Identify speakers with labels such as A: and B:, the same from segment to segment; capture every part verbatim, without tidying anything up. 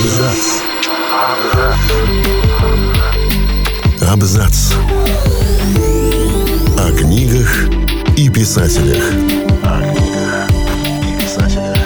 A: Абзац. Абзац. О книгах и писателях. О книгах и писателях.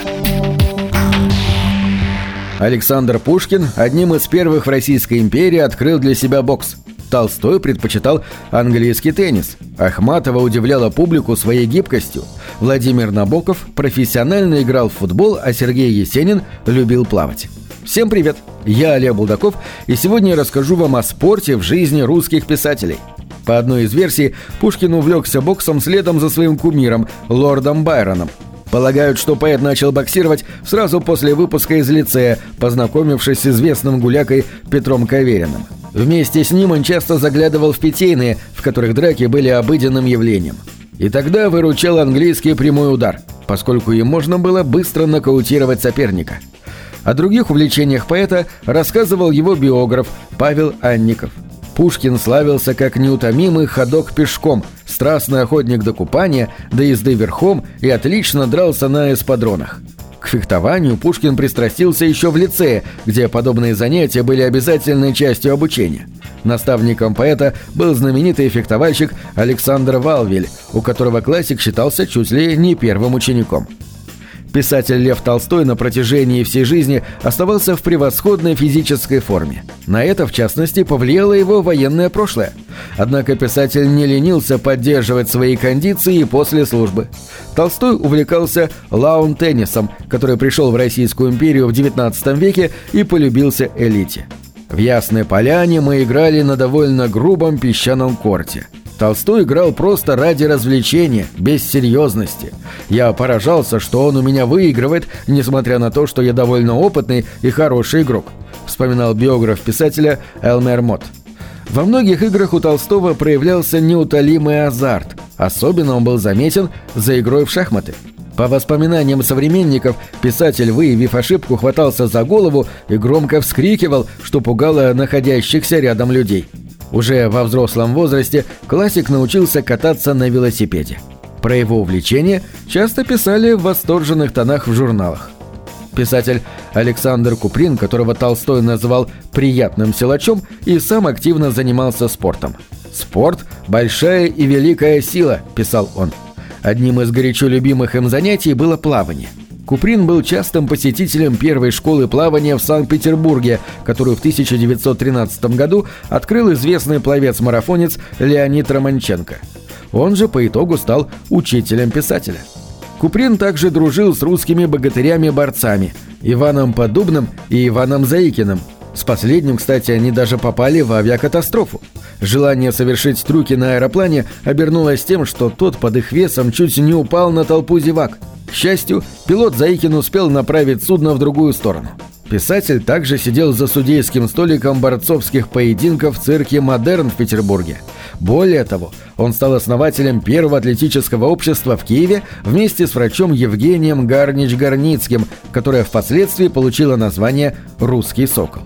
B: Александр Пушкин одним из первых в Российской империи открыл для себя бокс. Толстой предпочитал английский теннис. Ахматова удивляла публику своей гибкостью. Владимир Набоков профессионально играл в футбол, а Сергей Есенин любил плавать. Всем привет! Я Олег Булдаков, и сегодня я расскажу вам о спорте в жизни русских писателей. По одной из версий, Пушкин увлекся боксом следом за своим кумиром, лордом Байроном. Полагают, что поэт начал боксировать сразу после выпуска из лицея, познакомившись с известным гулякой Петром Кавериным. Вместе с ним он часто заглядывал в питейные, в которых драки были обыденным явлением. И тогда выручал английский прямой удар, поскольку им можно было быстро нокаутировать соперника. О других увлечениях поэта рассказывал его биограф Павел Анников. Пушкин славился как неутомимый ходок пешком, страстный охотник до купания, до езды верхом и отлично дрался на эспадронах. К фехтованию Пушкин пристрастился еще в лицее, где подобные занятия были обязательной частью обучения. Наставником поэта был знаменитый фехтовальщик Александр Валвиль, у которого классик считался чуть ли не первым учеником. Писатель Лев Толстой на протяжении всей жизни оставался в превосходной физической форме. На это, в частности, повлияло его военное прошлое. Однако писатель не ленился поддерживать свои кондиции и после службы. Толстой увлекался лаун-теннисом, который пришел в Российскую империю в девятнадцатом веке и полюбился элите. В Ясной Поляне мы играли на довольно грубом песчаном корте. Толстой играл просто ради развлечения, без серьезности. Я поражался, что он у меня выигрывает, несмотря на то, что я довольно опытный и хороший игрок, вспоминал биограф писателя Элмер Мот. Во многих играх у Толстого проявлялся неутолимый азарт. Особенно он был заметен за игрой в шахматы. По воспоминаниям современников, писатель, выявив ошибку, хватался за голову и громко вскрикивал, что пугало находящихся рядом людей. Уже во взрослом возрасте классик научился кататься на велосипеде. Про его увлечение часто писали в восторженных тонах в журналах. Писатель Александр Куприн, которого Толстой называл «приятным силачом», и сам активно занимался спортом. «Спорт – большая и великая сила», – писал он. Одним из горячо любимых им занятий было плавание. Куприн был частым посетителем первой школы плавания в Санкт-Петербурге, которую в тысяча девятьсот тринадцатом году открыл известный пловец-марафонец Леонид Романченко. Он же по итогу стал учителем писателя. Куприн также дружил с русскими богатырями-борцами Иваном Поддубным и Иваном Заикиным. С последним, кстати, они даже попали в авиакатастрофу. Желание совершить трюки на аэроплане обернулось тем, что тот под их весом чуть не упал на толпу зевак. К счастью, пилот Заикин успел направить судно в другую сторону. Писатель также сидел за судейским столиком борцовских поединков в цирке «Модерн» в Петербурге. Более того, он стал основателем первого атлетического общества в Киеве вместе с врачом Евгением Гарнич-Горницким, которое впоследствии получило название «Русский сокол».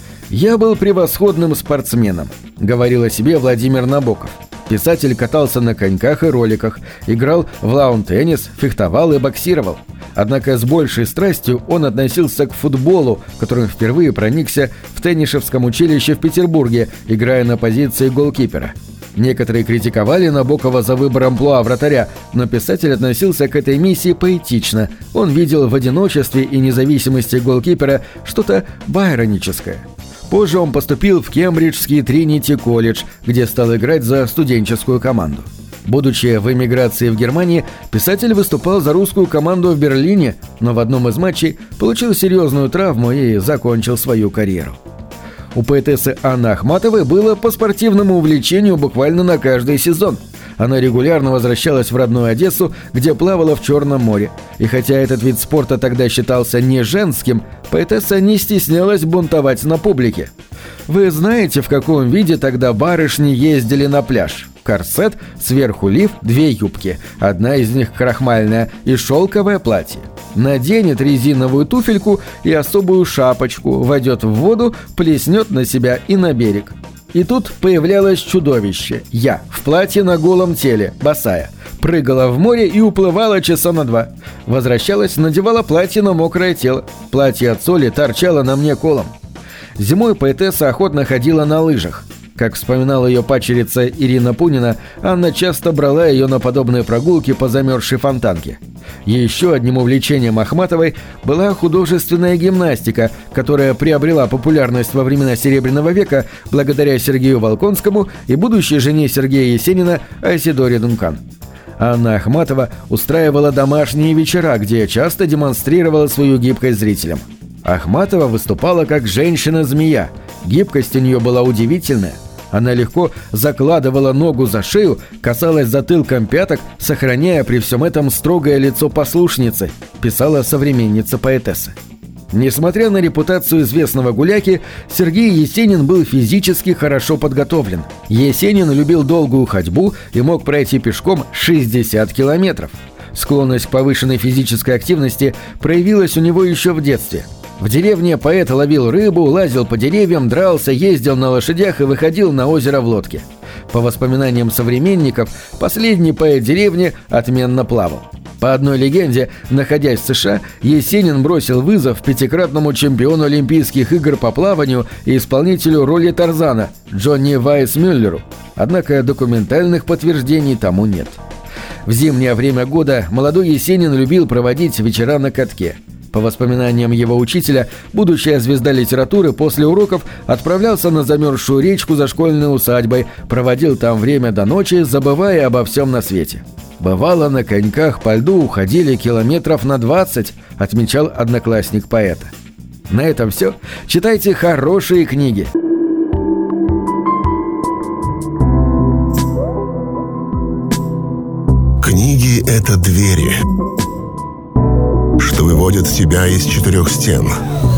B: «Я был превосходным спортсменом», — говорил о себе Владимир Набоков. Писатель катался на коньках и роликах, играл в лаун-теннис, фехтовал и боксировал. Однако с большей страстью он относился к футболу, которым впервые проникся в Теннишевском училище в Петербурге, играя на позиции голкипера. Некоторые критиковали Набокова за выбор амплуа вратаря, но писатель относился к этой миссии поэтично. Он видел в одиночестве и независимости голкипера что-то байроническое. Позже он поступил в Кембриджский Тринити-колледж, где стал играть за студенческую команду. Будучи в эмиграции в Германии, писатель выступал за русскую команду в Берлине, но в одном из матчей получил серьезную травму и закончил свою карьеру. У поэтессы Анны Ахматовой было по спортивному увлечению буквально на каждый сезон. Она регулярно возвращалась в родную Одессу, где плавала в Черном море. И хотя этот вид спорта тогда считался не женским, поэтесса не стеснялась бунтовать на публике. Вы знаете, в каком виде тогда барышни ездили на пляж? Корсет, сверху лиф, две юбки, одна из них крахмальная, и шелковое платье. Наденет резиновую туфельку и особую шапочку, войдет в воду, плеснет на себя и на берег. И тут появлялось чудовище. Я, в платье на голом теле, босая. Прыгала в море и уплывала часа на два. Возвращалась, надевала платье на мокрое тело. Платье от соли торчало на мне колом. Зимой поэтесса охотно ходила на лыжах. Как вспоминала ее падчерица Ирина Пунина, Анна часто брала ее на подобные прогулки по замерзшей фонтанке. Еще одним увлечением Ахматовой была художественная гимнастика, которая приобрела популярность во времена Серебряного века благодаря Сергею Волконскому и будущей жене Сергея Есенина Айседоре Дункан. Анна Ахматова устраивала домашние вечера, где часто демонстрировала свою гибкость зрителям. Ахматова выступала как женщина-змея. Гибкость у нее была удивительная. Она легко закладывала ногу за шею, касалась затылком пяток, сохраняя при всем этом строгое лицо послушницы, писала современница поэтессы. Несмотря на репутацию известного гуляки, Сергей Есенин был физически хорошо подготовлен. Есенин любил долгую ходьбу и мог пройти пешком шестьдесят километров. Склонность к повышенной физической активности проявилась у него еще в детстве. В деревне поэт ловил рыбу, лазил по деревьям, дрался, ездил на лошадях и выходил на озеро в лодке. По воспоминаниям современников, последний поэт деревни отменно плавал. По одной легенде, находясь в США, Есенин бросил вызов пятикратному чемпиону Олимпийских игр по плаванию и исполнителю роли Тарзана Джонни Вайсмюллеру. Однако документальных подтверждений тому нет. В зимнее время года молодой Есенин любил проводить вечера на катке. По воспоминаниям его учителя, будущая звезда литературы после уроков отправлялся на замерзшую речку за школьной усадьбой, проводил там время до ночи, забывая обо всем на свете. «Бывало, на коньках по льду уходили километров на двадцать», отмечал одноклассник поэта. На этом все. Читайте хорошие книги.
A: Книги — это двери, что выводят тебя из четырех стен.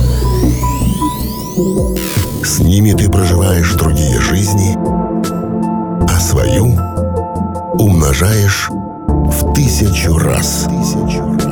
A: С ними ты проживаешь другие жизни, а свою умножаешь в тысячу раз. Тысячу раз.